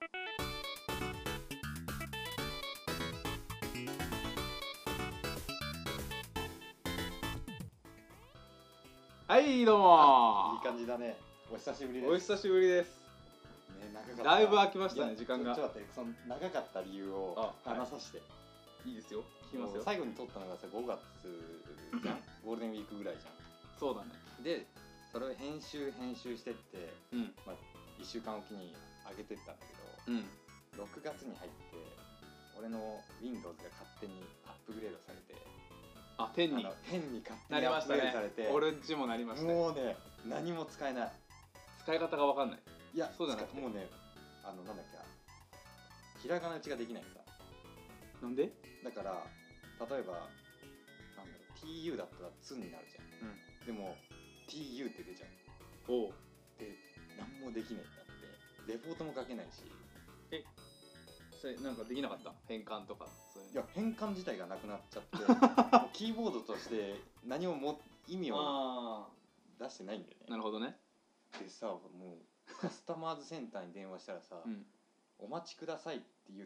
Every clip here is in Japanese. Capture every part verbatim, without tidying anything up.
はいどうもいい感じだね。お久しぶりです。 お久しぶりです。 ね、長かった。 だいぶ空きましたね、時間が。 ちょっと待って、その長かった理由を話させて。 いいですよ。聞きますよ。 最後に撮ったのがさ、ごがつじゃん。ゴールデンウィークぐらいじゃん。 そうだね。 で、それを編集編集してって、 うん、 まあいっしゅうかんおきに上げてったんだけど、 うん、 ろくがつに入って俺の Windows が勝手にアップグレードされて。 あ、テンにテンに勝手なりにアップましたねグレードされて、 俺んちもなりましたね。 もうね、何も使えない。 使い方が分かんない。 いや、 そうじゃなくてもうね、あのなんだっけ、ひらがな打ちができないんだ。 なんで？ だから例えばなんだろう、 ティーユー だったらツンになるじゃん、うん、でも ティーユー って出ちゃう。 おう。 で、何もできないんだって。レポートも書けないし。 え、それなんかできなかった？変換とかそういうの。 いや、変換自体がなくなっちゃってもうキーボードとして何もも意味を出してないんだよね。 なるほどね。 でさ、もうカスタマーズセンターに電話したらさ、うん、お待ちくださいって言って、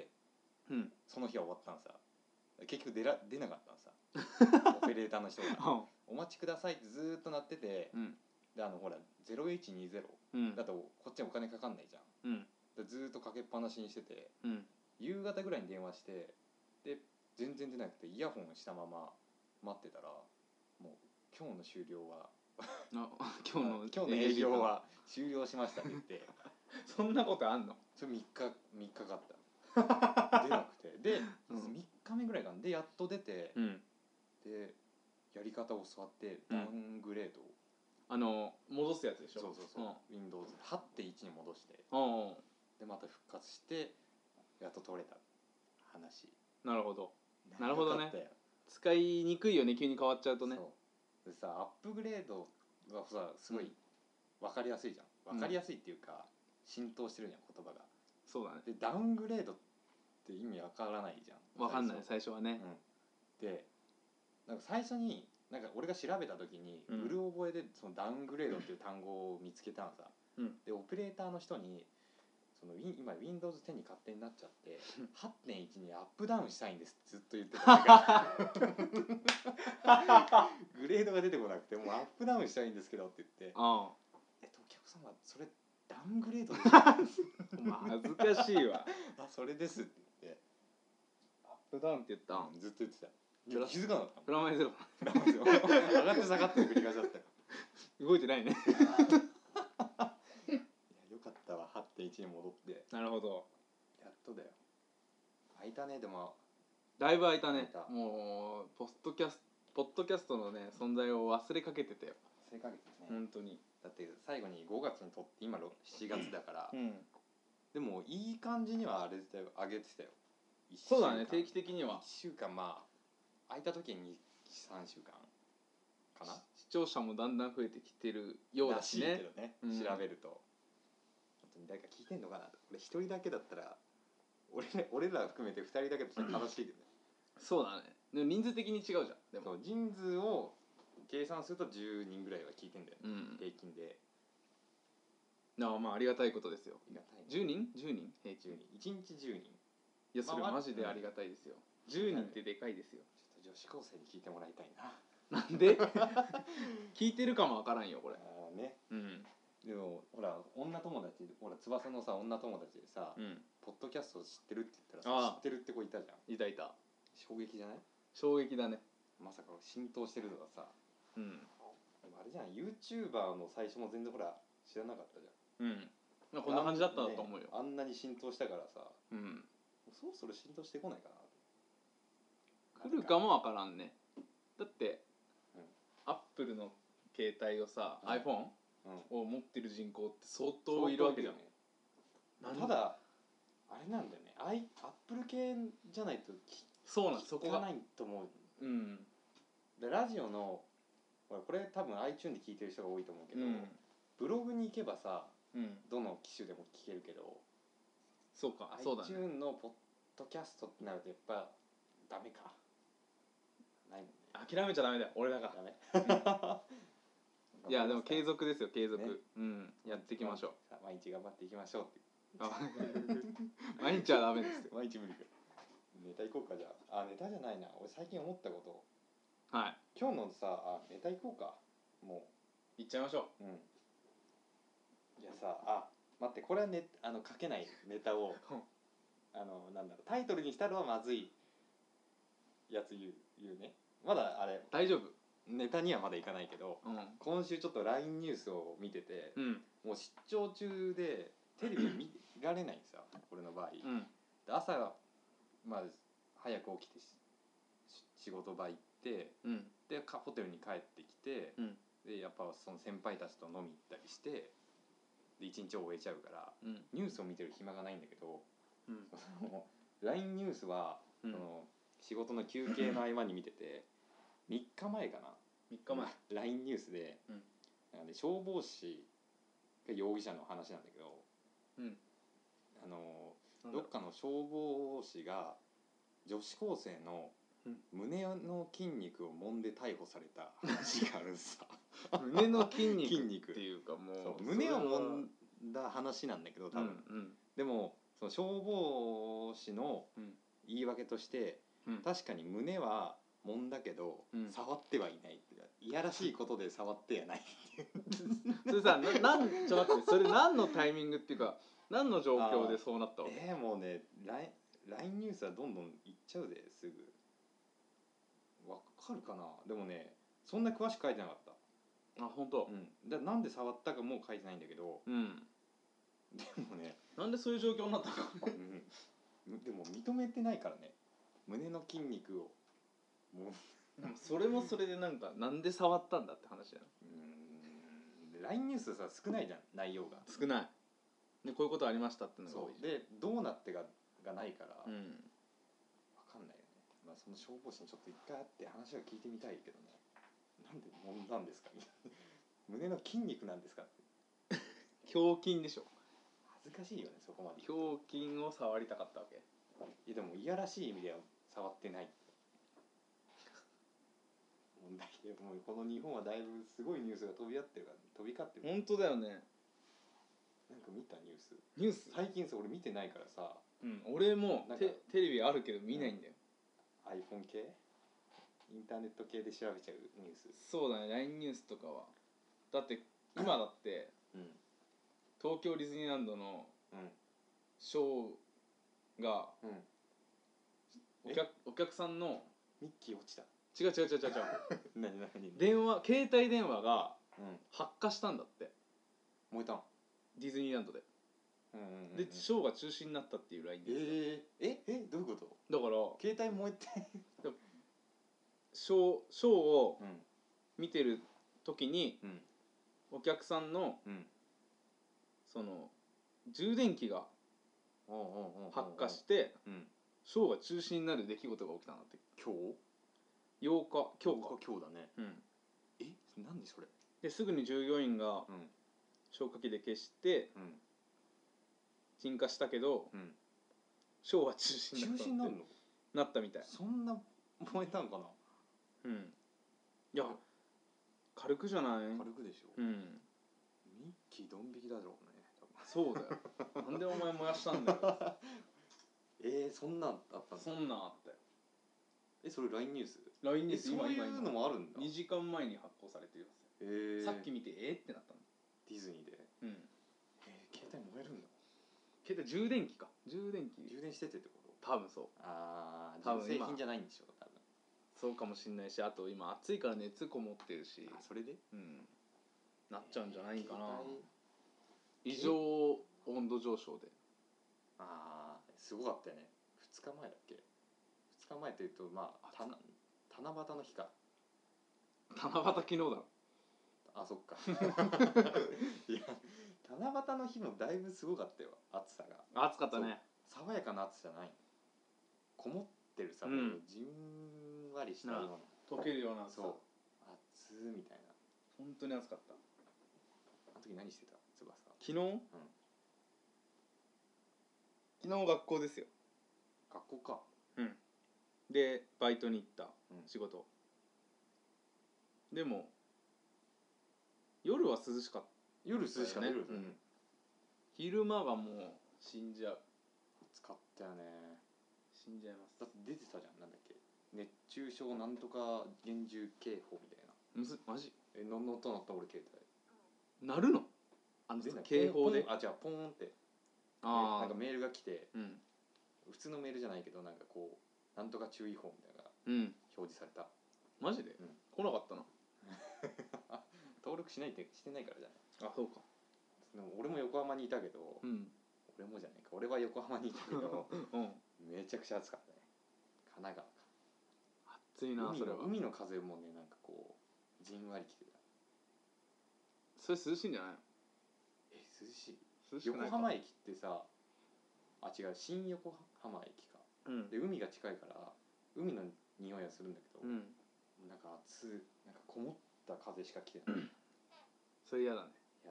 うん、その日は終わったんさ。結局出ら出なかったんさオペレーターの人がお待ちくださいってずーっと鳴ってて、うん、で、あのほらゼロいちにゼロだとこっちにお金かかんないじゃん、うん、でずーっとかけっぱなしにしてて、うん、夕方ぐらいに電話して、で全然出なくてイヤホンしたまま待ってたら、もう今日の終了はあ今日の今日の営業は終了しましたって言ってそんなことあんの？ それみっかみっかかった出なくて、で、うん、みっかめぐらいかなでやっと出て、うん、でやり方を教わってダウングレードを、 うん、あの戻すやつでしょ。 そうそうそう、うん、Windows はちてんいち に戻して、 うん、 でまた復活してやっと取れた話。 なるほどなるほどね。使いにくいよね、急に変わっちゃうとね。 そうでさ、アップグレードはさすごい分かりやすいじゃん。分かりやすいっていうか、うん、浸透してるじゃん言葉が。 そうだね。 でダウングレードって意味わからないじゃん。 わかんない最初はね、 うん、でなんか最初になんか俺が調べた時に、うん、うる覚えでそのダウングレードっていう単語を見つけたのさ、うん、でオペレーターの人にその今 ウィンドウズテン に勝手になっちゃってはちてんいち にアップダウンしたいんですってずっと言ってたグレードが出てこなくて、もうアップダウンしたいんですけどって言って、あえっとお客様それダウングレードでしょ恥ずかしいわあ、それですって言って、 アップダウンって言った、 うん、ずっと言ってた。気づかなかった。 プラマイゼロプラマイゼロ上がって下がって繰り返しだったよ動いてないねいや、よかったわ はちてんいち に戻って。 なるほど、 やっとだよ。空いたね。でもだいぶ空いたね。もうポッドキャストポッドキャストのね存在を忘れかけてたよ。 忘れかけてね、 本当に。 だって最後にごがつにとって今しちがつだから、うん、でもいい感じにはあれだよ、上げてたよ。 そうだね、定期的にはいっしゅうかん、まあ空いた時にさんしゅうかんかな。 視聴者もだんだん増えてきてるようだしね。 らしいけどね、うん、調べると本当に誰か聞いてんのかなと。俺一人だけだったら 俺, 俺ら含めてふたりだけだったら悲しいけどねそうだね。でも人数的に違うじゃん。でも人数を計算するとじゅうにんぐらいは聞いてんだよ、うん、平均で。 ああ、まあありがたいことですよ。 ありがたい、ね、 じゅうにん ?じゅう 人平均いちにちじゅうにん。いやそれマジでありがたいですよ、うん、じゅうにんってでかいですよ。 ちょっと女子高生に聞いてもらいたいななんで聞いてるかもわからんよこれ。 ああね、 うん。 でもほら女友達、ほら翼のさ女友達でさ、うん、ポッドキャスト知ってるって言ったらさ、知ってるって子いたじゃん。 いたいた。 衝撃じゃない？ 衝撃だね。 まさか浸透してるとかさ。うん。でもあれじゃん、 YouTuber の最初も全然ほら知らなかったじゃん。 うん。まあ、こんな感じだったと思うよ、 ね、あんなに浸透したからさ、 うん、 そろそろ浸透してこないかな。来るかもわからんね。だって、うん、Apple の携帯をさ、うん、iPhone、うん、を持ってる人口って相当いるわけじゃん、ね、 ただあれなんだよね、アイ Apple 系じゃないとそうなん、そこが聞かないと思う。 うん。 でラジオのこれ多分 iTunes で聞いてる人が多いと思うけど、うん、ブログに行けばさ、うん、どの機種でも聞けるけど、 そうか、そうだね。 iTunes のポッドキャストってなるとやっぱダメか。ないもんね。 諦めちゃダメだよ、俺らが。ダメ。いやでも継続ですよ、継続。ね、うん、やっていきましょう。 毎日頑張っていきましょうって。 毎日はダメですよ。 毎日無理か。ネタ行こうかじゃあ。あ、ネタじゃないな。俺最近思ったこと。 はい。 今日のさ、あ、ネタ行こうか。もう。行っちゃいましょう。うん。いやさ、あ、待って、これはね、あの書けないネタをあのなんだろう、タイトルにしたのはまずいやつ言う言うね。まだあれ大丈夫。 ネタにはまだいかないけど、うん、今週ちょっと ライン ニュースを見てて、うん、もう出張中でテレビ見られないんですよ俺の場合、うん、で朝、まあ、早く起きて仕事場行って、うん、でホテルに帰ってきて、うん、でやっぱその先輩たちと飲み行ったりしてで一日を終えちゃうから、うん、ニュースを見てる暇がないんだけど、うん、ライン ニュースは、うん、その仕事の休憩の合間に見ててみっかまえかな、 みっかまえライン ニュースで、うん、なんかね、消防士が容疑者の話なんだけど、うん、あのどっかの消防士が女子高生の胸の筋肉を揉んで逮捕された話があるんさ胸の筋肉っていうかもう胸を揉んだ話なんだけど多分、うんうん、でもその消防士の言い訳として、うん、確かに胸は揉んだけど、うん、触ってはいないっていやらしいことで触ってやないそれさななんちょっと待ってそれ何のタイミングっていうか何の状況でそうなったわけ？ えー、もうね ライン ニュースはどんどんいっちゃうですぐわかるかな。でもねそんな詳しく書いてなかった。 あ、本当。 うん。だなんで触ったかも書いてないんだけど、うん、でもねなんでそういう状況になったのか、 うん、でも認めてないからね胸の筋肉をもうそれもそれでなんかなんで触ったんだって話だよ。 うん ライン ニュースさ少ないじゃん内容が少ないでこういうことありましたってのが多いでどうなってががないから、うん、分かんないよね。まあその消防士にちょっと一回会って話を聞いてみたいけどね。なんで揉んだんですか胸の筋肉なんですかって胸筋でしょ。 恥ずかしいよねそこまで。 胸筋を触りたかったわけ。 いやでもいやらしい意味では触ってない問題でもうこの日本はだいぶすごいニュースが飛び合ってるから、飛び交ってる。 本当だよね。 なんか見たニュースニュース最近さ俺見てないからさ、 うん、俺もテテレビあるけど見ないんだよ、 うん、iPhone 系インターネット系で調べちゃうニュース。 そうだね ライン ニュースとかはだって今だって、うん、東京ディズニーランドのショーが、うん、お客、お客さんのミッキー落ちた。 違う違う違う違う何何電話携帯電話が発火したんだって、 うん、燃えたんディズニーランドで、うんうんうんうん、でショーが中止になったっていうラインです。 えー、ええどういうこと？ だから携帯燃えてショーショーを見てる時に、うん、お客さんの、うん、その充電器が発火して、うん、ショーが中止になる出来事が起きたんだって。 今日ようか今日か今日だね、うん、えなんでそれですぐに従業員が消火器で消して、うん、鎮火したけど、うん、ショーは中止になった中止になるのなったみたい。 そんな燃えたんかな。 うんいや軽くじゃない。 軽くでしょ、うん、ミッキードン引きだろうねそうだよなんでお前燃やしたんだよえー、そんなんあったんだ。 そんなんあったよ。 えそれ ライン ニュースライン ニュースそういうのもあるんだ。 にじかんまえに発行されてるやつ、えー、さっき見てえー、ってなったの。 ディズニーで、うん、えー、携帯燃えるんだ。 携帯充電器か充電器充電しててってこと？ 多分そう。 ああ多分製品じゃないんでしょ多分。 そうかもしんないし、あと今暑いから熱こもってるし、 あそれでうんなっちゃうんじゃないかな。異常温度上昇で。 ああすごかったよね。ふつかまえだっけ。ふつかまえというとまあた七夕の日か。 七夕昨日だろ。 あそっかいや七夕の日もだいぶすごかったよ暑さが。 暑かったね。 爽やかな暑さじゃない。こもってるさ、うん、じんわりしたような溶けるような。 そう暑みたいな。 本当に暑かった。 あの時何してた翼？ 昨日、うん、昨日学校ですよ。 学校か。 うんでバイトに行った、うん、仕事でも夜は涼しかった、ね、 夜涼しかった、うん、 昼間がもう死んじゃう。 使ったよね。 死んじゃいます。 だって出てたじゃん、なんだっけ、熱中症なんとか厳重警報みたいな。 むずマジえの乗った乗った俺携帯鳴るのあの警報で。 あ、じゃあポーンってあなんかメールが来て、 うん、 普通のメールじゃないけどなんかこうなんとか注意報みたいなのが表示された、 うん、マジで、うん、来なかったな登録しないってしてないからじゃない。 あ、そうか。 でも俺も横浜にいたけど、うん、俺もじゃないか俺は横浜にいたけど、うん、めちゃくちゃ暑かったね。神奈川か。 暑いな。 海のそれは海の風もねなんかこうじんわりきてた。 それ涼しいんじゃないの？ え、涼しい。 涼しくないか。 横浜駅ってさ、あ、違う、新横浜駅か、うん、で海が近いから海の匂いはするんだけど、うん、なんか暑い、なんかこもった風しか来てないそれ嫌だね。 嫌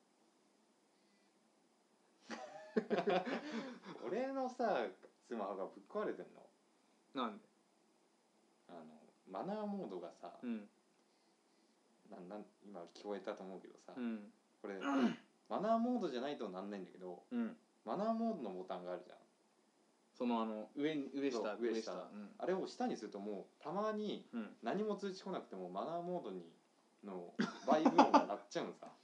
だ俺のさスマホがぶっ壊れてんの。 なんで？ あのマナーモードがさ、うん、なんなん今聞こえたと思うけどさ、うん、これマナーモードじゃないとなんないんだけど、うん、マナーモードのボタンがあるじゃん。 そのあの上に上下上下、うん、あれを下にするともうたまに何も通知来なくてもマナーモードにのバイブ音が鳴っちゃうんさ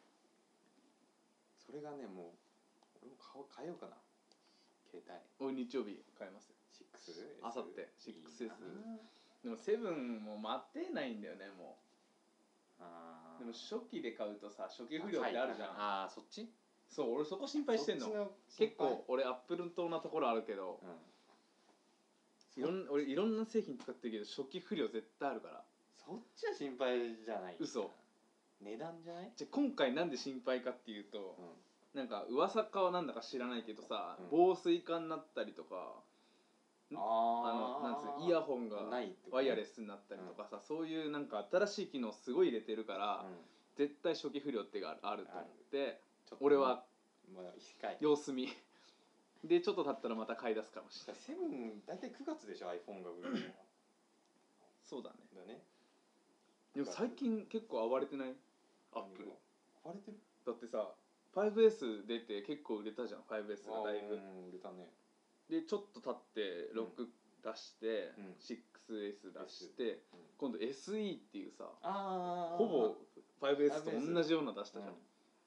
それがねもう俺も買お変えようかな携帯。 お日曜日買いますよ。シックスあさって シックスエス。でもセブンも待てないんだよねもう。あでも初期で買うとさ初期不良ってあるじゃん。 ああそっち。 そう俺そこ心配してんの。結構俺アップル党なところあるけど、うん、いろん俺いろんな製品使ってるけど初期不良絶対あるから。 そっちは心配じゃない。 嘘。 値段じゃない。 じゃ今回なんで心配かっていうと、うん、なんか噂かはなんだか知らないけどさ、うん、防水化になったりとか、ああのなんつうイヤホンがワイヤレスになったりとかさ、うん、そういうなんか新しい機能すごい入れてるから、うん、絶対初期不良ってがあると思って、俺は様子見でちょっと経ったらまた買い出すかもしれない。 セブン大体くがつでしょ iPhone が売るのはそうだね。 だね。 でも最近結構暴れてない？アップル暴れてる。 だってさ ファイブエス 出て結構売れたじゃん。 ファイブエス がだいぶ売れたね。でちょっと経ってろく出して、うん、シックスエス 出して、うん、今度 エスイー っていうさ、あほぼ ファイブエス と同じような出したじゃん、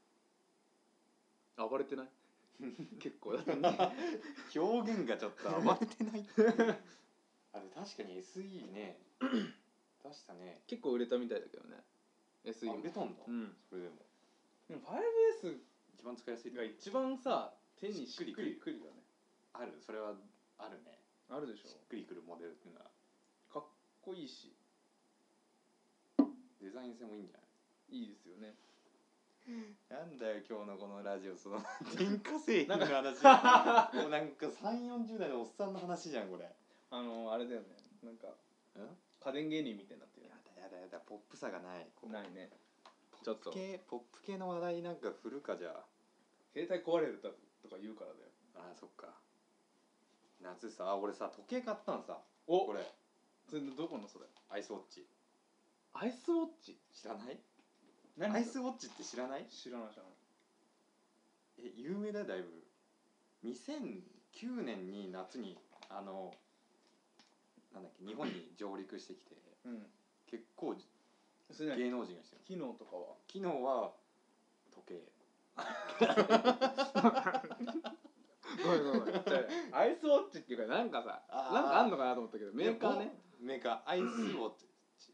うん、暴れてない結構だってね表現がちょっと暴れてないあれ確かに エスイー ね出したね。 結構売れたみたいだけどね エスイー も。 売れたんだ、うん、それでもでも ファイブエス一番使いやすいが一番さ手にしっくりくるよね。 ある、それはあるね。 あるでしょ。 しっくりくるモデルっていうのはかっこいいしデザイン性もいいんじゃない？いいですよね。 なんだよ今日のこのラジオ、その電化製品の話もうなんかさんじゅうよんじゅう代のおっさんの話じゃんこれ。 あのあれだよね、なんか家電芸人みたいになってる。 やだやだやだ、ポップさがない。 ないね。ちょっと系ポップ系の話題なんか振るか。じゃあ携帯壊れるとか言うからだよ。 ああそっか。夏さ俺さ時計買ったんさ。 おこれそれどこのそれ？ アイスウォッチ。 アイスウォッチ知らない？アイスウォッチって知らない？ 知らない知らない。 え有名だよだいぶ。にせんきゅうねんに夏にあのなんだっけ日本に上陸してきて、うん、結構芸能人がしてる。 機能とかは？ 機能は時計。 ごめんごめん。アイスウォッチっていうかなんかさなんかあんのかなと思ったけどメーカーね。 メーカーアイスウォッチ。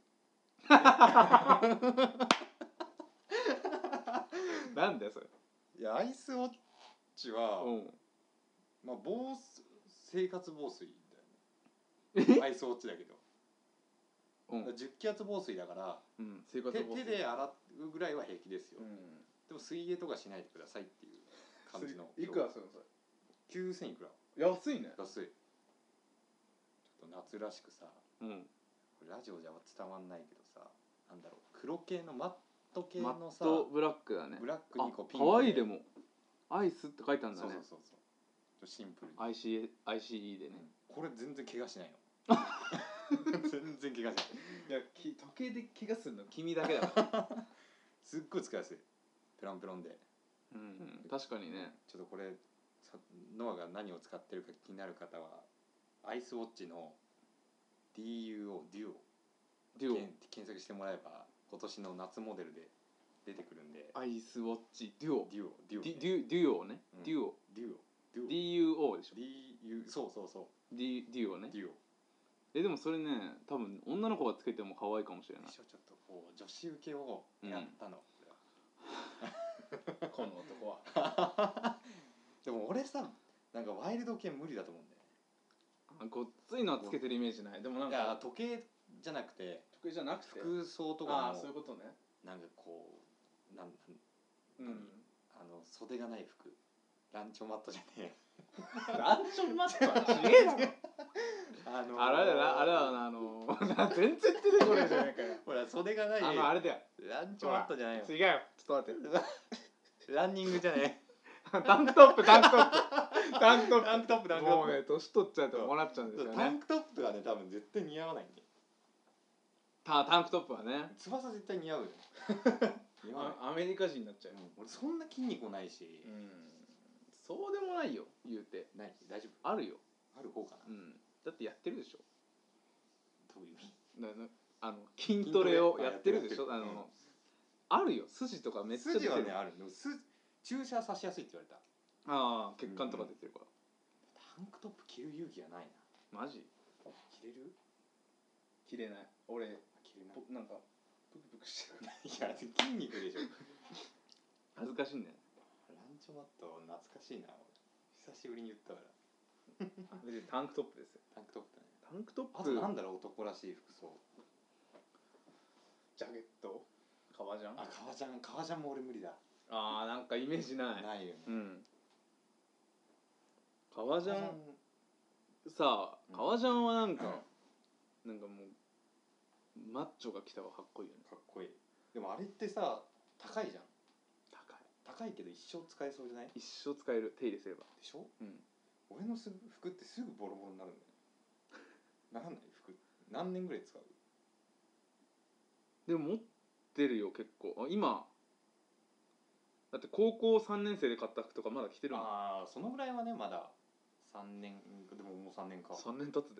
なんだよそれ。 いやアイスウォッチは、うん、まあ防生活防水だよね。アイスウォッチだけど、うん、だじゅっ気圧防水だから、うん、生活防水 手, 手で洗うぐらいは平気ですよ、うん、でも水泳とかしないでくださいっていう感じの。 いくらするのそれ？ きゅうせんいくら。 安いね。 安い。ちょっと夏らしくさ、うん、これラジオじゃ伝わんないけどさ、なんだろう黒系のマット系のさ、 マットブラックだね。 ブラックにこうピンクで。かわいい。でもアイスって書いてあるんだね。 そうそうそうそう。シンプルにアイシー アイシーイー でね、 うん、これ全然怪我しないの。全然怪我しない。 いや時計で怪我するの君だけだから。 すっごい使いやすい。ペロンペロンで。 うん、確かにね。 ちょっとこれノアが何を使ってるか気になる方はアイスウォッチの ディーユーオー デュオデュオ検索してもらえば今年の夏モデルで出てくるんで。 アイスウォッチデュオデュオデュオ、 デュデュデュオね、 うん、 デュオデュオデュオディーユーオー でしょ。 ディーユー そうそうそう、 ディデュオね。 デュオ。 えでもそれね多分女の子がつけても可愛いかもしれない。 ちょっとこう女子受けをやったの、 うん、この男はでも俺さなんかワイルド系無理だと思うんだよね。 あごっついのはつけてるイメージない。でもなんかいや時計じゃなくて時計じゃなくて服装とかもあそういうことね。 なんかこうなんうん、 あの袖がない服ランチョンマットじゃねえランチョンマットはちげえだろあのー、 あれだなあれだなあのー、全然出てこないじゃないかよほら袖がないあのあれだよランチョンマットじゃないよ。 違うよちょっと待ってランニングじゃねえタンクトップタンクトップタンクトップタンクトップタンクトップもうね年取っちゃうとこうなっちゃうんですよね。 タンクトップがね多分絶対似合わないんで。 タタンクトップはね翼絶対似合うよ似合わないアメリカ人になっちゃうよ、 うん、俺そんな筋肉もないし、 うん、そうでもないよ言うて。 ない大丈夫あるよ。 ある方かな、 うん、だってやってるでしょ。 どういう意味。 ななあの筋トレをやってるでしょ。あの、うん、あるよ筋とかめっちゃ出てる。 筋はねある。でもす注射さしやすいって言われた。 ああ血管とか出てるから、 うん、タンクトップ着る勇気がないな。 マジ着れる。 着れない。俺着れない。 なんかプクプクしてるいや筋肉でしょ恥ずかしいんだよ。 ランチョンマット懐かしいな。久しぶりに言ったから別にタンクトップですよ。 タンクトップね。 タンクトップあとなんだろう男らしい服装。 ジャケット革ジャン。 あ革ジャン革ジャンも俺無理だ。 あーなんかイメージない。 ないよね。 うん革ジャンさあ革ジャンはなんか、うん、なんかもうマッチョが着た方がかっこいいよね。 かっこいい。でもあれってさ高いじゃん。 高い高いけど一生使えそうじゃない。 一生使える手入れすればでしょ。 うん俺のす服ってすぐボロボロになるんだよならない服何年ぐらい使う。 でも持ってるよ結構。あ今だって高校さんねん生で買った服とかまだ着てるもん。 ああそのぐらいはねまださんねんでももうさんねんか。 さんねん経つで。 い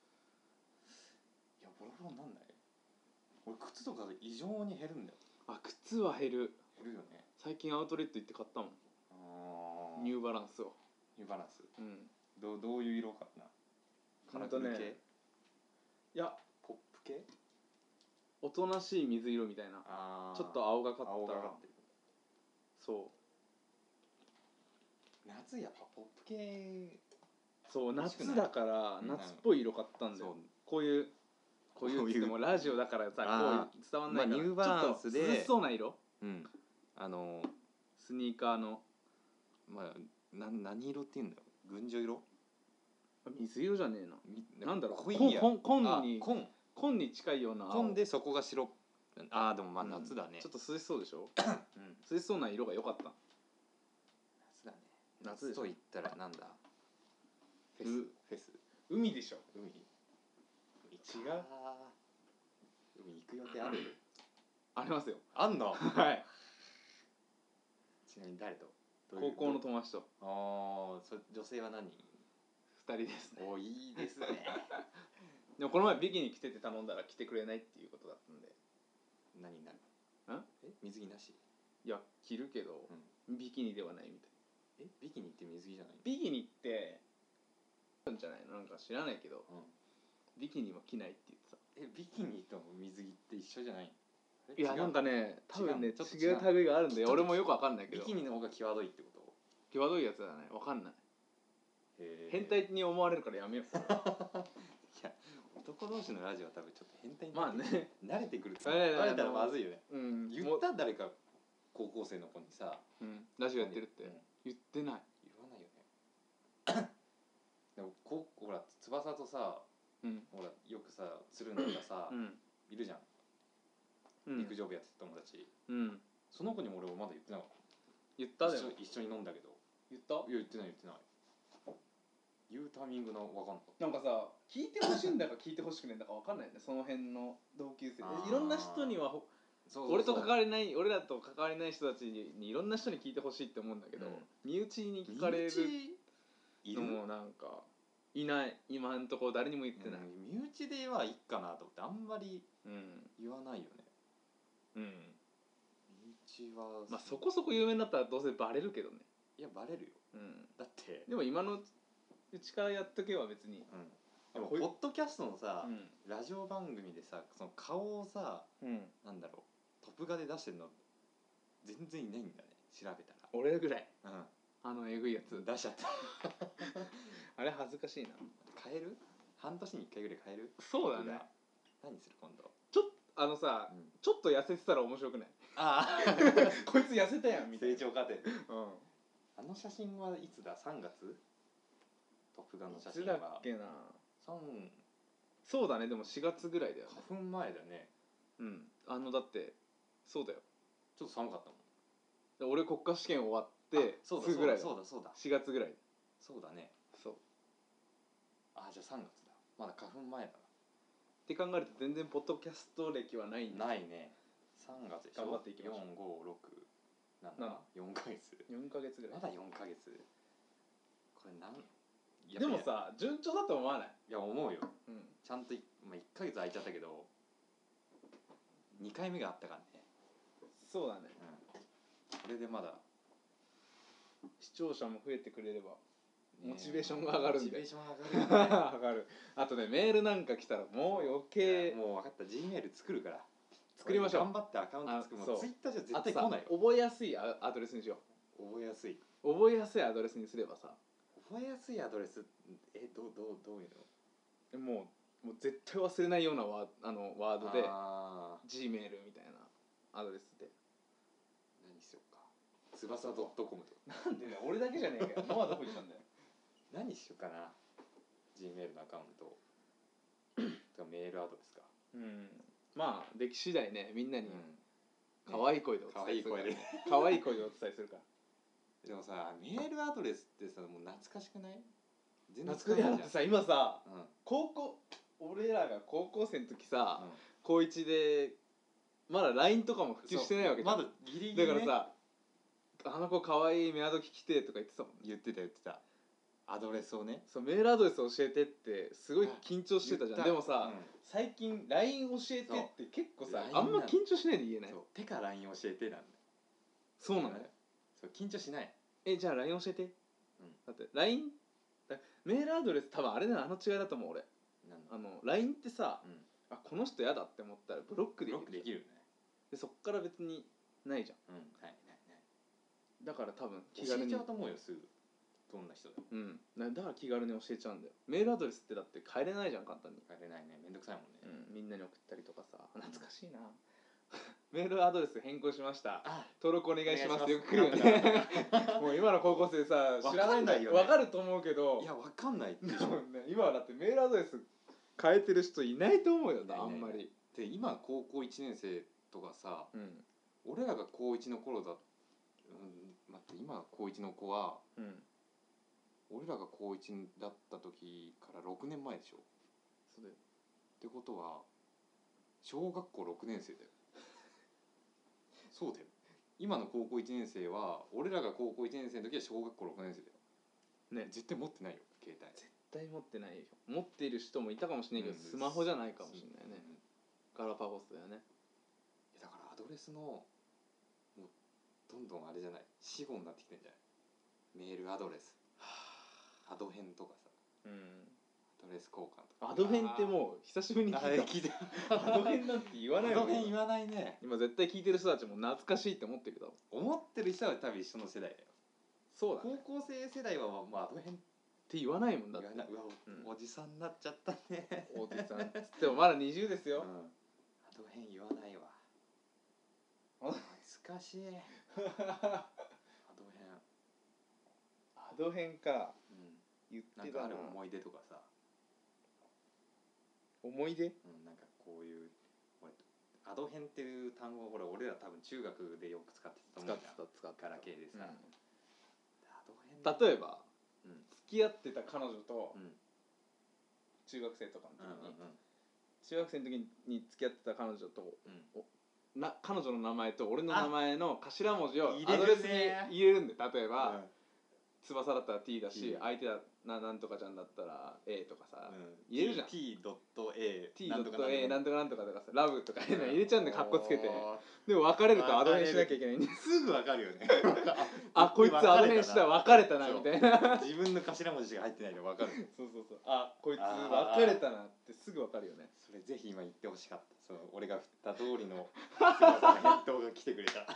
やボロボロになんない。俺靴とか異常に減るんだよ。 あ靴は減る。 減るよね。 最近アウトレット行って買ったもん。 あニューバランスを。 ニューバランス。 うんどうどういう色かな。カラフル系、ね、 いやポップ系おとなしい水色みたいな。あちょっと青がかった。青がかってる。そう夏やっぱポップ系。 そう夏だから夏っぽい色買ったんだよ、うん、こういうこういうってもラジオだからさこういう伝わんないから、まあ、 ニューバランスでちょっと涼しそうな色、 うん、あのスニーカーのまあな何色っていうんだよ。群青色水色じゃねえな。なんだろう紺に紺紺に近いような紺でそこが白。ああでもまあ夏だね、 うん、ちょっと涼しそうでしょ、うん、涼しそうな色が良かった。 夏だね。 夏夏と言ったらなんだ。フェスフェス海でしょ。 海違う。海行く予定ある。 ありますよ。 あんのはいちなみに誰と。 高校の友達と。 ああそ女性は何人。 ふたりですね。 おいいですねでもこの前ビキニ着てて頼んだら着てくれないっていうことだったんで。 何になる。 んえ水着なし。 いや着るけど、うん、ビキニではないみたい。 えビキニって水着じゃない。 ビキニってんじゃないのなんか知らないけど、うん、ビキニは着ないって言ってた。 えビキニと水着って一緒じゃない。 いやなんかね多分ねちょっと違う類があるんで俺もよくわかんないけど。 ビキニの方が際どいってこと。 際どいやつだね。わかんない。変態に思われるからやめよういや男同士のラジオは多分ちょっと変態にまあね慣れてくるからバレたらまずいよね、うん、言った誰か高校生の子にさ、 うん、ラジオやってるって、うん、言ってない。 言わないよねでもこほら翼とさ、うん、ほらよくさつるんとかさ、うん、いるじゃん、うん、陸上部やってた友達、うん、その子にも俺はまだ言ってなかった。 言ったでも一緒に飲んだけど。 言った？ いや言ってない言ってない。言うタイミングの分かんない。 なんかさ聞いてほしいんだか聞いてほしくないんだか分かんないねその辺の同級生いろんな人にはそうそうそう俺と関わりない俺らと関わりない人たちにいろんな人に聞いてほしいって思うんだけど、うん、身内に聞かれるのもなんかいない今んところ誰にも言ってない、うん、 身内ではいいかなと思ってあんまり言わないよね。 うん、 身内はまあそこそこ有名になったらどうせバレるけどね。 いやバレるよ、 うん、 だってでも今のうちからやっとけば別に、うん、 でもポッドキャストのさ、うん、ラジオ番組でさその顔をさ、うん、なんだろうトップ画で出してるの全然いないんだね調べたら。 俺ぐらい、 うん、 あのえぐいやつ出しちゃったあれ恥ずかしいな。 変える半年にいっかいぐらい変える。 そうだね。 何する今度。 ちょっとあのさ、うん、ちょっと痩せてたら面白くない？ああこいつ痩せたやんみたいな成長過程、うん、あの写真はいつださんがつトップガンの写真は。いつだっけな。さんそうだね。でもしがつぐらいだよね。 花粉前だね。 うん。あのだってそうだよ。 ちょっと寒かったもん。俺国家試験終わってすぐぐらいだ。 そうだそうだしがつぐらい。 そうだね。 そう。 あじゃあさんがつだ。まだ花粉前だな。 って考えると全然ポッドキャスト歴はないんだ。 ないね。さんがつでしょ。 頑張っていきましょう。 よん、ご、ろくなんだよんかげつ。 よんかげつぐらい。 まだよんかげつ。これなんでもさ順調だと思わない？ いや思うよ、うん、ちゃんと、まあ、いっかげつ空いちゃったけどにかいめがあったからね。 そうだね、 うん、これでまだ視聴者も増えてくれればモチベーションが上がるんで。 モチベーション上がるよ、ね、 上がる。あとねメールなんか来たらもう余計もう分かった G メール作るから作りましょう。 頑張ってアカウント作る。もうツイッターじゃ絶対来ないよ。 覚えやすいアドレスにしよう。覚えやすい覚えやすいアドレスにすればさ。 覚えやすいアドレスえどうどうどういうの？もうもう絶対忘れないようなワーあのワードで G メールみたいなアドレスで何しようか。翼 .com とか。 なんでだよ俺だけじゃねえかよ。ノアどこ行ったんだよ。 何しようかな。 G メールのアカウントとかメールアドレスか。 うん。まあ歴次第ねみんなに可愛い声でお伝えするから、ね、可愛い声でお伝えするから。 でもさメールアドレスってさもう懐かしくない？ 全然懐かしいじゃん。だってさ今さ、うん、高校俺らが高校生の時さ、うん、高いちでまだ ライン とかも普及してないわけじゃん。 まだギリギリ、ね、 だからさあの子可愛いメアド来てとか言ってたもん。 言ってた言ってた。アドレスをね。 そうメールアドレス教えてってすごい緊張してたじゃん。でもさ、うん、最近 ライン 教えてって結構さあんま緊張しないで言えない？そうてか ライン 教えてなんだよ。 そうなんだよ。 そう緊張しない。 えじゃあ ライン 教えて、うん、だって ライン メールアドレス多分あれだあの違いだと思う俺。あの ライン ってさ、うん、あこの人嫌だって思ったらブロックできる。 ブロックできるね。 でそっから別にないじゃん。 うんないないない。 だから多分気軽に教えちゃうと思うよすぐ。どんな人だよ。 うんだから気軽に教えちゃうんだよ。メールアドレスってだって変えれないじゃん簡単に。 変えれないね。めんどくさいもんね、 うん、みんなに送ったりとかさ懐かしいな。メールアドレス変更しました。登録お願いしますってよく来るよね。もう今の高校生さ知らないんだよ。わかると思うけど。 いやわかんないでしょ。 今はだってメールアドレス変えてる人いないと思うよなあんまり。 で今高校いちねん生とかさ、うん、俺らが高いちの頃だ、うん、待って今高いちの子は、うん、俺らが高いちだった時からろくねんまえでしょ。 そうだよ。 ってことは小学校ろくねん生だよ。そうだよ。今の高校いちねん生は俺らが高校いちねん生の時は小学校ろくねん生だよ。ね絶対持ってないよ携帯。 絶対持ってないよ。持っている人もいたかもしれないけど、うん、スマホじゃないかもしれないね、うん、ガラパゴスだよね。 だからアドレスのもうどんどんあれじゃない死語になってきてんじゃない。メールアドレスアド編とかさ、うん、アドレス交換とか。 アド編ってもう久しぶりに聞いた。アド編なんて言わないもん。 アド編言わないね。 今絶対聞いてる人たちも懐かしいって思ってるけど。 思ってる人は多分一緒の世代だよ。 そうだ、ね、 高校生世代はもうアド編って言わないもんだって。 うわ、うん、おじさんになっちゃったね。 おじさんつってもまだにじゅうですよ、うん、 アド編言わないわ。懐かしい。アド編アド編か、うん、言ってたな。 なんかある思い出とかさ。 思い出、 うん、なんかこういうアド編っていう単語を俺俺ら多分中学でよく使ってたと思うじゃん。使ってた使ってたガラケーでさ、うん、 アド編例えば、うん、付き合ってた彼女と、うん、中学生とかの時に、うんうんうん、中学生の時に付き合ってた彼女と、うん、 な彼女の名前と俺の名前の頭文字を入れるねアドレスに入れるんで、例えば、 うん翼だったら T だし、 T 相手だななんとかちゃんだったら A とかさ、 うん入れるじゃん。 T.A T.A なんとかなんとかとかさ、ラブとか変なうん入れちゃうんでカッコつけて、 おでも別れるとアド変しなきゃいけないんで、 ーすぐわかるよねあこいつアド変した別れたなみたいな自分の頭文字しか入ってないのわかるそうそうそう、あこいつあー別れたなってすぐわかるよね。 それぜひ今言ってほしかった。その俺が振った通りの翼の返答が来てくれた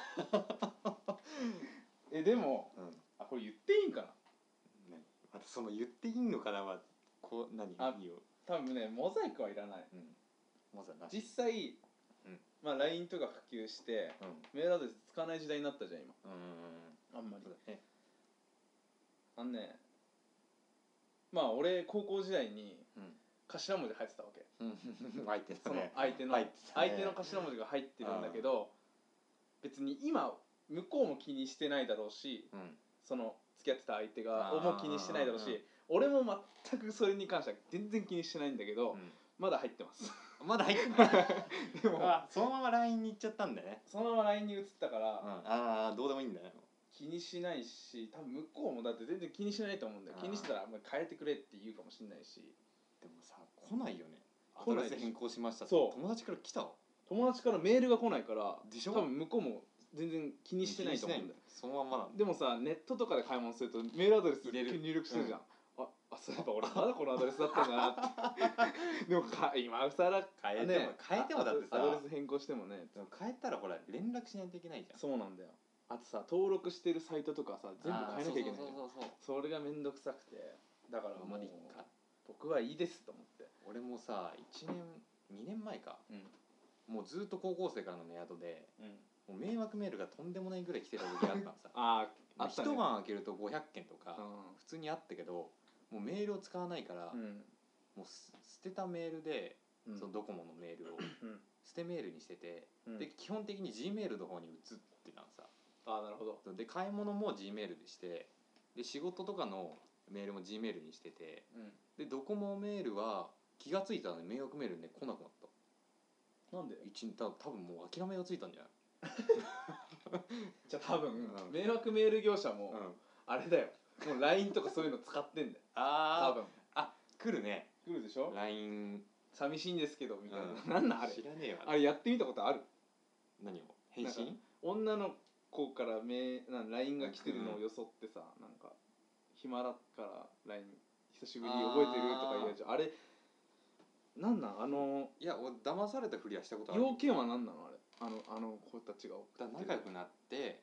えでも、 うん、 あこれ言っていいんかな。 何またその言っていいのかなはこう何あいいよ、 多分ねモザイクはいらない。 うん、まずはなし実際、 うんまあ ライン とか普及して、 うんメールアドレス使わない時代になったじゃん今。 うんあんまりそうだねあのね、まあ俺高校時代にうん頭文字入ってたわけ。 入ってたそのね相手の、 入ってたね相手の頭文字が入ってるんだけど、別に今向こうも気にしてないだろうし、 うんその付き合ってた相手があーも気にしてないだろうし、 うんうん俺も全くそれに関しては全然気にしてないんだけど、 うんまだ入ってますまだ入ってないでもあそのまま ライン に行っちゃったんだね、 そのまま ライン に移ったから、 うん、ああどうでもいいんだよ気にしないし、多分向こうもだって全然気にしないと思うんだよ。 あー気にしてたらもう変えてくれって言うかもしれないし。 でもさ来ないよね。ア来ないでしょドレス変更しましたってそう友達から来たわ友達からメールが来ないからでしょ多分向こうも全然気にしてないと思うんだよ。 そのまんまなんだでもさネットとかで買い物するとメールアドレス入れる入力してるじゃん、ああそういえば俺まだこのアドレスだったんだなってでもか今更変えても、変えてもだってさアドレス変更してもね。 でも変えたらほら連絡しないといけないじゃん。 そうなんだよ。あとさ登録してるサイトとかさ全部変えなきゃいけないじゃん。 そうそうそうそうそれがめんどくさくて、だからもうまあいいか僕はいいですと思って。 俺もさいちねんにねんまえか、 うんもうずっと高校生からのメアドでうん、 もう迷惑メールがとんでもないぐらい来てた時あったのさあああったね。 一晩開けるとごひゃっけんとかう普通にあったけど、もうメールを使わないから、 んうんもうす捨てたメールで、 うんそのドコモのメールをうん捨てメールにしてて、 うんで基本的に G メールの方に移ってたのさ。 ああなるほど。 で買い物も G メールでして、で仕事とかのメールも G メールにしてて、 うんでドコモメールは気がついたらね迷惑メールね来なくなった。 なんで？ 一日多分もう諦めがついたんじゃない？ じゃあ多分、 うん迷惑メール業者も、 うん、 あれだよ。もう ライン とかそういうの使ってんだよ。多あ分あ来るね来るでしょ。 ライン、 寂しいんですけどみたいな。 うんなんなんあれ。 知らねえわあれやってみたことある？ 何を返なんか信女の子からメなん ライン が来てるのをよそってさ、なんか暇だから ライン 久しぶり覚えてるとか言うじゃん。あれなんなんあのいや俺騙されたふりはしたことある。 要件は何なのあれ。あのあの子たちが送だってる仲良くなって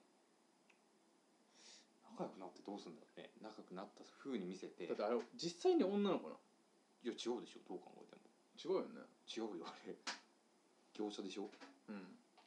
仲良くなってどうすんだろうね。仲良くなった風に見せて、 だってあれ実際に女の子なの？ いや違うでしょどう考えても。 違うよね。 違うよあれ業者でしょ。 うん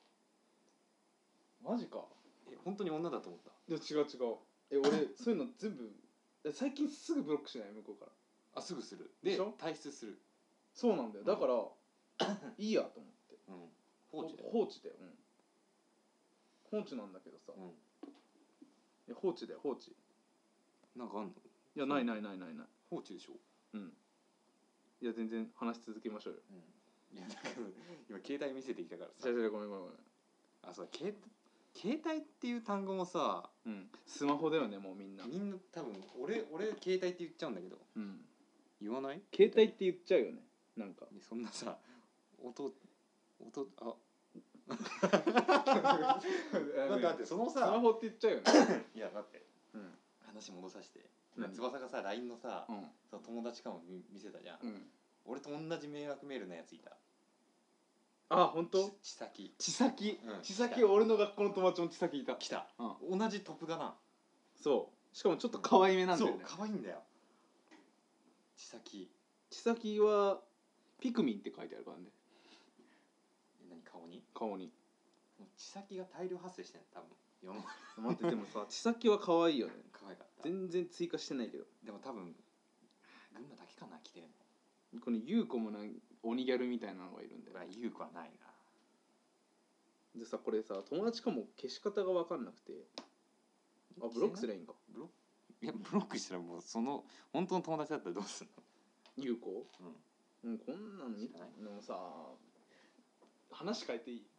マジか。 え本当に女だと思った。 いや違う違う。え俺そういうの全部え最近すぐブロックしない向こうから。 あすぐするででしょ退出する。 そうなんだよ。だからいいやと思ってうん放置で。 放置だよ。うん放置なんだけどさ、 うんいや放置だよ放置。いなんかあんの？ やないないないないない。 放置でしょ。 うんいや全然話し続けましょうよ。 うんいやだから今携帯見せてきたからさじゃ。じゃごめんごめんごめん。 あそう携携帯っていう単語もさうんスマホだよねもうみんな。 みんな多分俺俺携帯って言っちゃうんだけどうん言わない？ 携帯って言っちゃうよねなんか。 そんなさ音音あだ待って待ってそのスマさホって言っちゃうよね。 いや待ってうん話戻させて、 何翼がさ ライン のさ、 うんその友達かも見見せたじゃん、 うん俺と同じ迷惑メールのやついた。 あ本当？ ちちさき千崎うん千崎俺の学校の友達も千崎いた。 来た、 うん同じトップガナそうしかもちょっと可愛めなんだよね。 そう可愛いんだよちさき。 千崎はピクミンって書いてあるからねえ何顔に顔に。 ちさきが大量発生してんの多分世の中待ってでもさ千崎は可愛いよね。 可愛かった。 全然追加してないけど。 でも多分群馬だけかな来てるの。 この優子もなん鬼ギャルみたいなのがいるんだよ。 うわ優子はないな。 でさこれさ友達かも消し方が分かんなくて、あブロックすりゃいいんか。 ブロックいやブロックしたらもうその本当の友達だったらどうする優子の？うんうんこんなん見知らないでもさ話変えていい？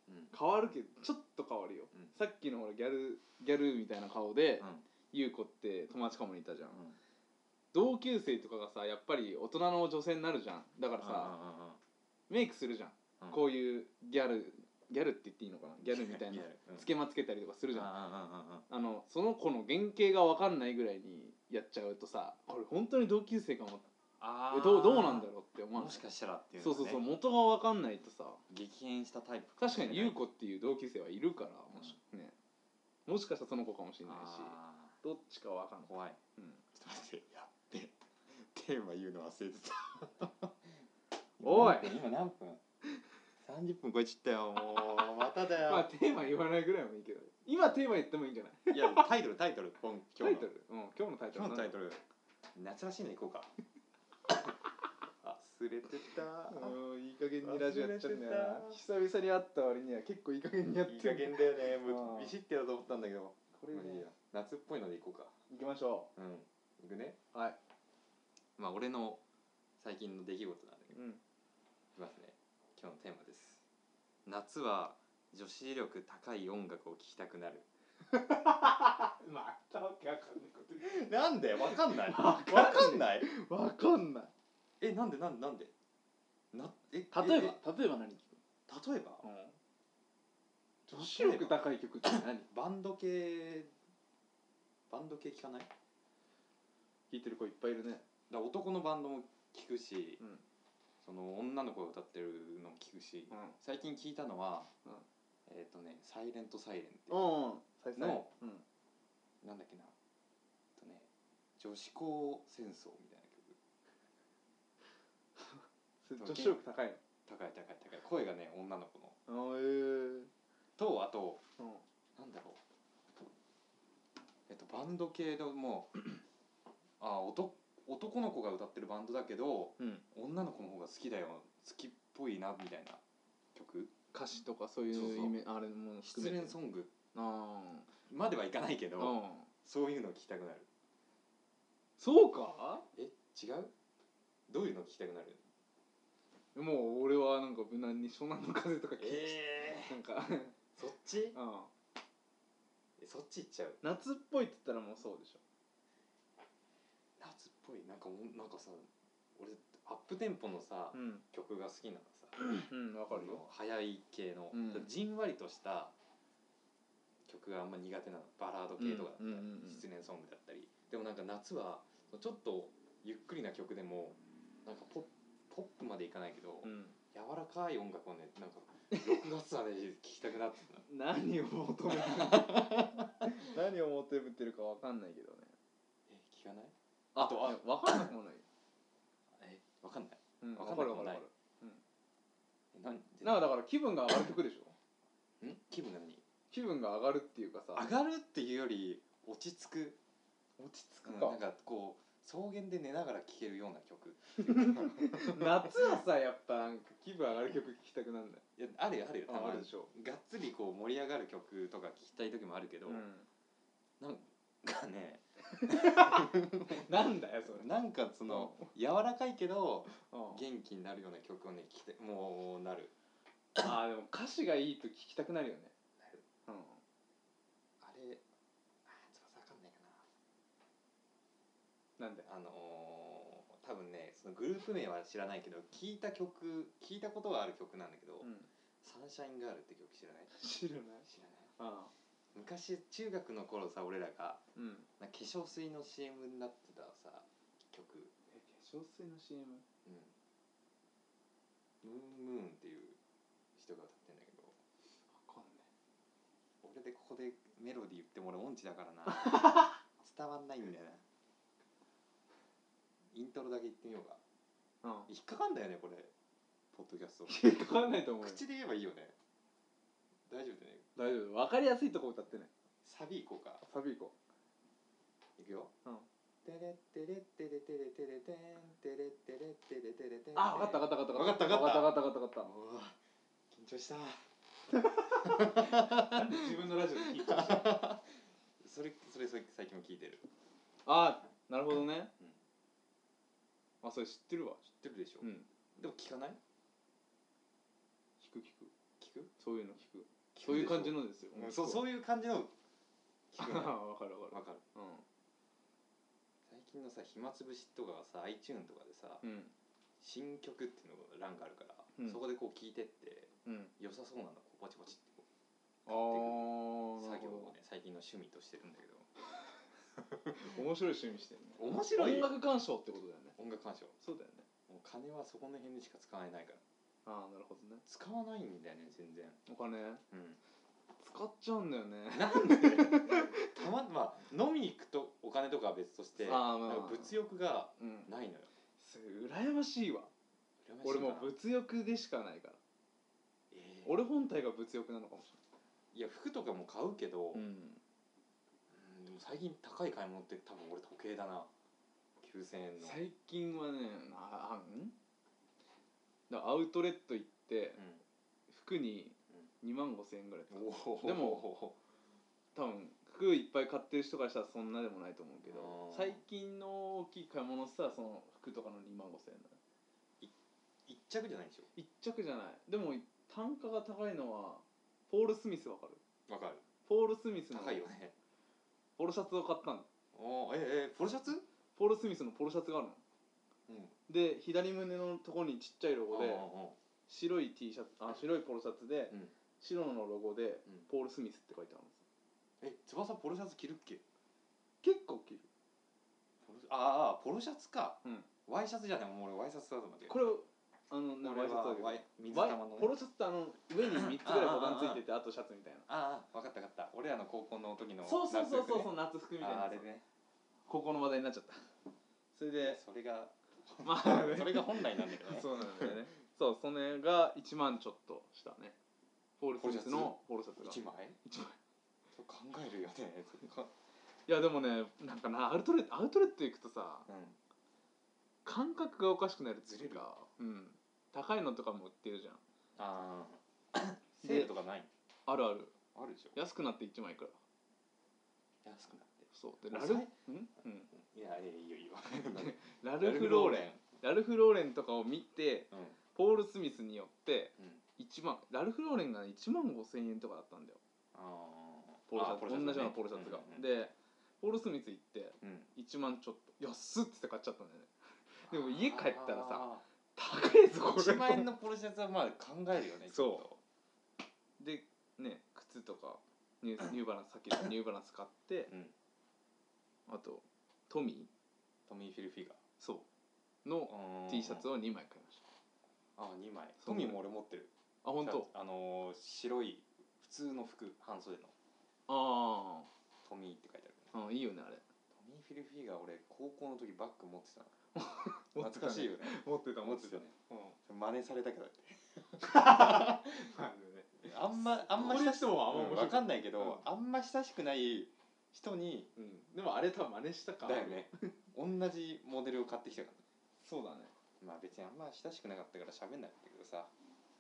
変わるけどちょっと変わるよ、うん、さっきのほらギャルギャルみたいな顔で、うん、優子って友達かもにいたじゃん、うん、同級生とかがさやっぱり大人の女性になるじゃん。だからさ、メイクするじゃん、うん、こういうギャルギャルって言っていいのかな、ギャルみたいなつけまつけたりとかするじゃん。あのその子の原型が分かんないぐらいにやっちゃうとさ、これ本当に同級生かも、あどうどうなんだろうって思わない？ もしかしたらっていうの、ね、そうそうそう、元が分かんないとさ、 激変したタイプか確かに優子っていう同級生はいるから、もし、ね、もしかしたらその子かもしれないし、どっちか分かんない。 怖い、うん、ちょっと待って、やってテーマ言うの忘れてたおい今何分さんじゅっぷん超えちったよ、もうまただよ。 まあテーマ言わないぐらいもいいけど、今テーマ言ってもいいんじゃない？ いやタイトルタイトル今日のタイトル、うん、今日のタイトル、 今日のタイトル夏らしいのいこうか忘れてた。 もういい加減にラジオやっちゃうんだよな。久々に会った割には結構いい加減にやってる。 いい加減だよね、もうビシッてやろうと思ったんだけど、 これね、 夏っぽいのでいこうか。 行きましょう。うんいくね。 はい。 まあ俺の最近の出来事なんだけど、うん、いきますね。今日のテーマです。夏は女子力高い音楽を聴きたくなるまたわけわかんないこと言う。 なんでわかんないわかんないわかんない。 え、なんでなんでなんでなえ例えば例えば何聞く？ 例えば、うん、 女子力高い曲って何？ バンド系バンド系聞かない？ 聞いてる子いっぱいいるね。 だ男のバンドも聞くし、 うん、 その女の子が歌ってるのも聞くし、うん、最近聞いたのは、うん、えっ、ー、とねサイレントサイレンっていうの、うん、なんだっけな、とね女子高戦争みたいな曲女子力高いの？ 高い高い高い、声がね女の子の、 あー、えー、 とあと、うん、なんだろう、えっとバンド系のもうあ男男の子が歌ってるバンドだけど、うん、女の子の方が好きだよ、好きっぽいなみたいな曲、 歌詞とかそういうイメージ、あれも失恋ソングあまではいかないけど、そういうのを聴きたくなる。 そうか？ え、違う？どういうのを聴きたくなる？ もう俺はなんか無難に湘南の風とか聞いて、 えー、 なんかそっち？ うん、 え、そっち行っちゃう。 夏っぽいって言ったらもうそうでしょ。 夏っぽい、なんかなんかさ、俺アップテンポのさ、うん、曲が好きなのさ、 うん、わかるよ。 早い系の、うん、じんわりとした曲があんま苦手なの。バラード系とかだったり、うんうんうん、失恋ソングだったり。でもなんか夏はちょっとゆっくりな曲でもなんかポップポップまでいかないけど、うん、柔らかい音楽をね、なんかろくがつはね聴きたくなってた何を求めてる何を求めてるかわかんないけどね。 え、聞かない？ あとあわかんなくもない。 え、わかんない。 うん、 わかんなくもない。 うん。 なんなんかだから気分が上がる曲でしょ？ん？気分が何？ 気分が上がるっていうかさ。 上がるっていうより落ち着く。 落ち着くか。 うん、なんかこう。草原で寝ながら聴けるような曲夏はさ、やっぱなんか気分上がる曲聴きたくなんだよ。 いや、あるよあるよ、たまに。あるでしょ。 がっつりこう盛り上がる曲とか聴きたい時もあるけど、うん、なんかねなんだよそれ。 なんかその柔らかいけど元気になるような曲をね聴きたい、もうなる。 ああ、でも歌詞がいいと聴きたくなるよね。 なる。うん。あれ。 なんで、 あのー、多分ね、そのグループ名は知らないけど、聞いた曲、聞いたことがある曲なんだけど、うん、サンシャインガールって曲知らない？ 知らない。 知らない。ああ。昔中学の頃さ、俺らが、うん、なんか化粧水の シーエム になってたさ曲。 え、化粧水の シーエム？ うん。ムーンムーンっていう人が歌ってんだけど。 わかんねえ。俺でここでメロディー言っても俺音痴だからな。伝わんないんだよな。イントロだけ言ってみようか。うん。引っかかんだよねこれ。ポッドキャスト。 引っかかんないと思う。 口で言えばいいよね。大丈夫だね。 大丈夫。わかりやすいとこ歌ってね。 サビ行こうか。 サビ行こう。いくよ。うん。テレテレテレテレテレテンテレテレテレテレテン。 あ、わかったわかったわかったわかったわかったわかったわかったわかった。 おお。緊張した。 なんで自分のラジオで聞いちゃう。それそれ最近も聞いてる。 あ、なるほどね。あ、それ知ってるわ。 知ってるでしょ。うん。でも聞かない？ 聞く聞く。 聞く？ 聞く？ そういうの聞く。そういう感じのですよ。 うん、そうそういう感じの聞くのわかるわかるわかる、うん、最近のさ暇つぶしとかはさ iTunes とかでさ、うん、新曲っていうのが欄があるから、うん、そこでこう聞いてって、うん、良さそうなのこうポチポチってこう買ってくる作業をね最近の趣味としてるんだけど面白い趣味してるね。 面白い音楽鑑賞ってことだよね。 音楽鑑賞そうだよね。 もう金はそこの辺でしか使えないから。 ああなるほどね。 使わないんだよね全然お金、うん、使っちゃうんだよね。 なんでたままあ飲みに行くとお金とかは別としてあ、まあ、なんか物欲がないのよ、 うん、羨ましいわ。俺も物欲でしかないから、えー、俺本体が物欲なのかもしれない。 いや服とかも買うけど、うん、うん、でも最近高い買い物って多分俺時計だな。きゅうせんえんの最近はねあんだアウトレット行って、うん、服ににまんごせんえんぐらい使う、うん、でも多分服いっぱい買ってる人からしたらそんなでもないと思うけど最近の大きい買い物したらその服とかのにまんごせんえんだね。 一着じゃないでしょ。 一着じゃない。でも単価が高いのはポール・スミスわかる？ わかる。 ポール・スミスの高いよね。 ポロシャツを買ったんだ。 おええポロシャツ？ ポール・スミスのポロシャツがあるの。うん、で左胸のところにちっちゃいロゴで白い T シャツあ白いポロシャツで、うん、白のロゴで、うん、ポール・スミスって書いてあるんです。 え翼ポロシャツ着るっけ？ 結構着る。 ポロああポロシャツか、うん、ワイシャツじゃないもう俺ワイシャツだと思って。 これあのねワイシャツだけど水玉の、ね、ポロシャツってあの上にみっつぐらいボタンついててあとシャツみたいな。 ああ分かった分かった。俺らの高校の時のそうそうそうそうそう夏服みたいな。あれね高校の話題になっちゃった。それでそれがまあ、ね、 それが本来なんだけどね。 そうなんだよね。そうそれがいちまんちょっとしたね。ポール・スミスのポロシャツがいちまいいちまいそう考えるよね。 いやでもねなんかなアウトレットアウトレット行くとさ、うん、感覚がおかしくなる。 ずれるか、 うん、高いのとかも売ってるじゃん。 ああセールとかない？ あるあるあるでしょ。 安くなっていちまんいくら。 安くなってそうでラルうんうんいやいいよいいよラルフローレンラルフローレンとかを見て、うん、ポール・スミスによっていちまんラルフローレンがいちまんごせんえんとかだったんだよ。あポールシャツ、ね、同じようなポールシャツが、うんうんうん、でポール・スミス行っていちまんちょっと安っつって買っちゃったんだよね。でも家帰ったらさ高いぞこれ。いちまんえんのポロシャツはまあ考えるよね。そうでね靴とかニューニューバランスさっきのニューバランス買って、うん、あとトミートミー・フィルフィガーそうの T シャツをにまい買いました。 ああにまい。トミーも俺持ってる。 あ本当。 あのー、白い普通の服半袖のああトミーって書いてある、ね、あいいよねあれ。 トミー・フィルフィガー俺高校の時バッグ持ってた懐かしいよね。 持ってた持ってたね。 うん、真似されたけどあんまあんま親しくもあんま分かんないけど、うん、あんま親しくない人に、 うん、でもあれ多分真似したかだよね。同じモデルを買ってきたから。 そうだね。 まあ別にあんま親しくなかったから喋んなかったけどさはい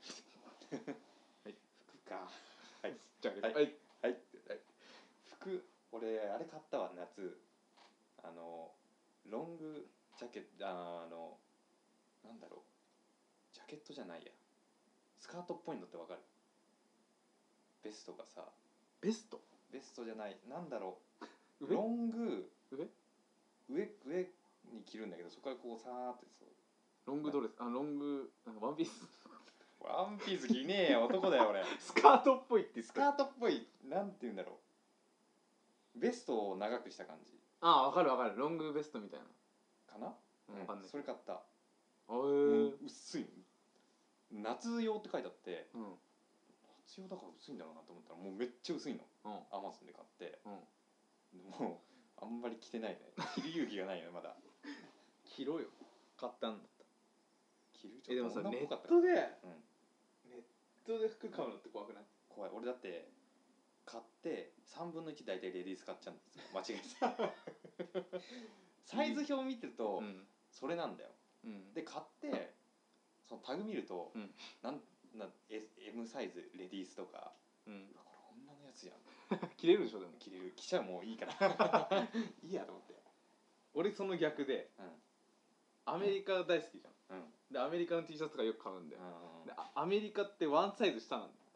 服かはいじゃあはい、はいはい、服俺あれ買ったわ夏。あのロングジャケットあのなんだろうジャケットじゃないやスカートっぽいのってわかる？ベストがさベストベストじゃないなんだろうロング上上上に着るんだけどそこからこうさーってそうロングドレスあロングワンピースワンピース着ねえよ男だよ俺スカートっぽいってスカートっぽいなんて言うんだろうベストを長くした感じ。 ああ分かる分かるロングベストみたいなかな、 うん、分かんない。 それ買った。あえー、 薄い夏用って書いてあって、うん、夏用だから薄いんだろうなと思ったらもうめっちゃ薄いの、うん、アマゾンで買って、うん、もうあんまり着てないね。着る勇気がないよまだ着ろよ買ったんだった着る。 ちょっと女っぽかった。えでもさネットで、うん、ネットで服買うのって怖くない？ 怖い。俺だって買ってさんぶんのいち大体レディース買っちゃうんですよ間違えてサイズ表見てると、うん、それなんだよ、うん、で買ってそのタグ見ると、うん、なんな M サイズレディースとか、うん、これ女のやつじゃん着れるでしょ。でも着れる。着ちゃうもういいからいいやと思って。 俺その逆で、うん、アメリカ大好きじゃん、うん、でアメリカの T シャツとかよく買うんで、うん、でアメリカってワンサイズ下なんだよ。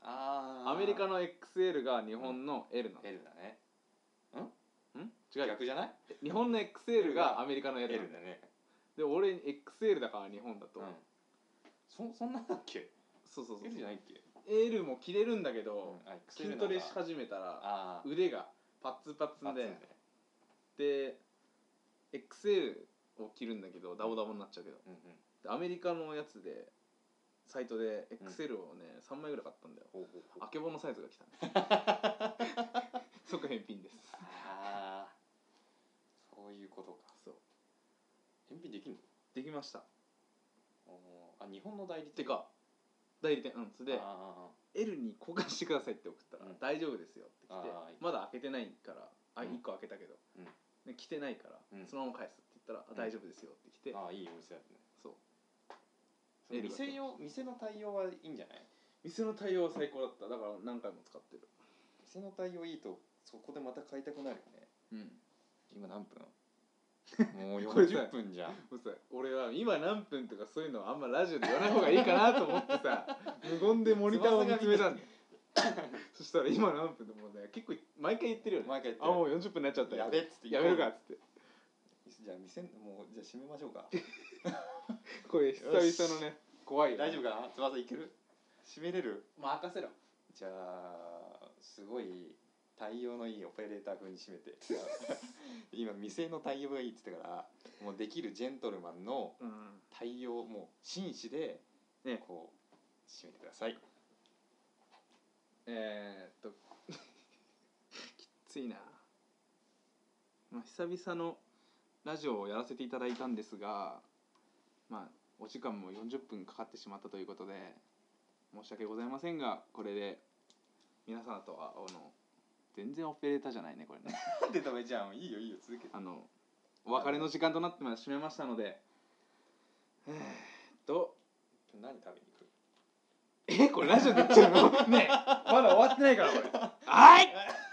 あアメリカの エックスエル が日本の L なの、 うん、L だね。 ん違う逆じゃない？ 日本の エックスエル がアメリカの L なの L だね。 で俺 エックスエル だから日本だと、 うん、そ, そんなんだっけ？ そうそうそう L じゃないっけ？ L も着れるんだけど、 うん、 筋トレし始めたら腕がパツパツで、で エックスエル を着るんだけどダボダボになっちゃうけど、 うんうん、 でアメリカのやつでサイトで エックスエル をね、うん、さんまいぐらい買ったんだよ。ほうほうほう、あけぼのサイズが来たね即返品です。 ああ、そういうことか。そう返品できるの？ できました。 あ、日本の代理店か代理店、うん、それで L に交換してくださいって送ったら、うん、大丈夫ですよって来て、まだ開けてないから、あ、いっこ開けたけど、うん、で来てないから、うん、そのまま返すって言ったら、うん、大丈夫ですよって来て、 ああ、いいお店だね。 そう。 店用、店の対応はいいんじゃない？ 店の対応は最高だった。だから何回も使ってる。 店の対応いいとそこでまた買いたくなるよね。うん。今何分？もうよんじゅっぷんじゃん。 俺は今何分とかそういうのはあんまラジオで言わない方がいいかなと思ってさ無言でモニターを見つめたんだよそしたら今何分でもうね結構毎回言ってるよね。 毎回言ってる。 あ、もうよんじゅっぷんになっちゃったよ。 やべっつってやめるかっつって。 じゃあ店もうじゃあ閉めましょうかこれ久々のね怖いよ、ね、 大丈夫かな？翼いける？閉めれる？ 任せろ。 じゃあすごい対応のいいオペレーター風に閉めて今店の対応がいいって言ってからもうできるジェントルマンの対応、うん、もう紳士でこう閉めてください。 えー、っときついな、まあ、久々のラジオをやらせていただいたんですが、まあお時間もよんじゅっぷんかかってしまったということで申し訳ございませんが、これで皆さんとはあの全然オペレーターじゃないねこれねなんでダメじゃん。いいよいいよ続けて。 あのお別れの時間となって締めましたので、えー、っと何食べに行く？ えこれラジオで言っちゃうのねえまだ終わってないからこれはい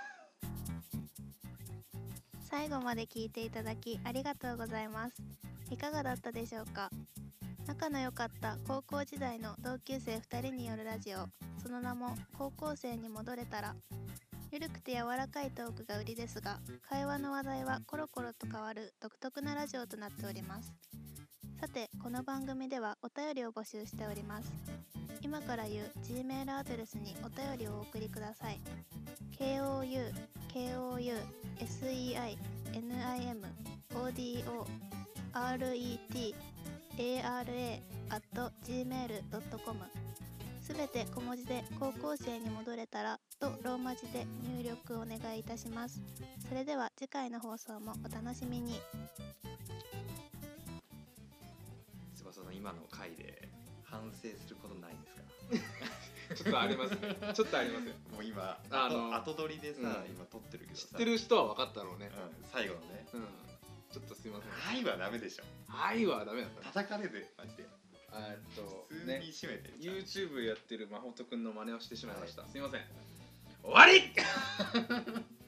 最後まで聞いていただきありがとうございます。いかがだったでしょうか？仲の良かった高校時代の同級生ふたりによるラジオ、その名も高校生に戻れたら。ゆるくて柔らかいトークが売りですが、会話の話題はコロコロと変わる独特なラジオとなっております。さて、この番組ではお便りを募集しております。今から言う G メールアドレスにお便りをお送りください。ケーオーユーケーオーユーエスイーアイエヌアイエムオーディーオーアールイーティーエーアールエー アット ジーメールドットコム、 すべて小文字で高校生に戻れたらとローマ字で入力お願いいたします。それでは次回の放送もお楽しみに。 翼の今の回で反省することないんですか？ ちょっとありますね。ちょっとありますよ。 もう今あの後撮りでさ、うん、今撮ってるけどさ、 知ってる人は分かったろうね、 うん、最後のね、 うん、ちょっとすいません。 はいはダメでしょ。 はいはダメだった。 叩かれるマジで。 えっと普通に締めて、 ね、YouTube やってるまほとくんの真似をしてしまいました、はい、すいません。終わり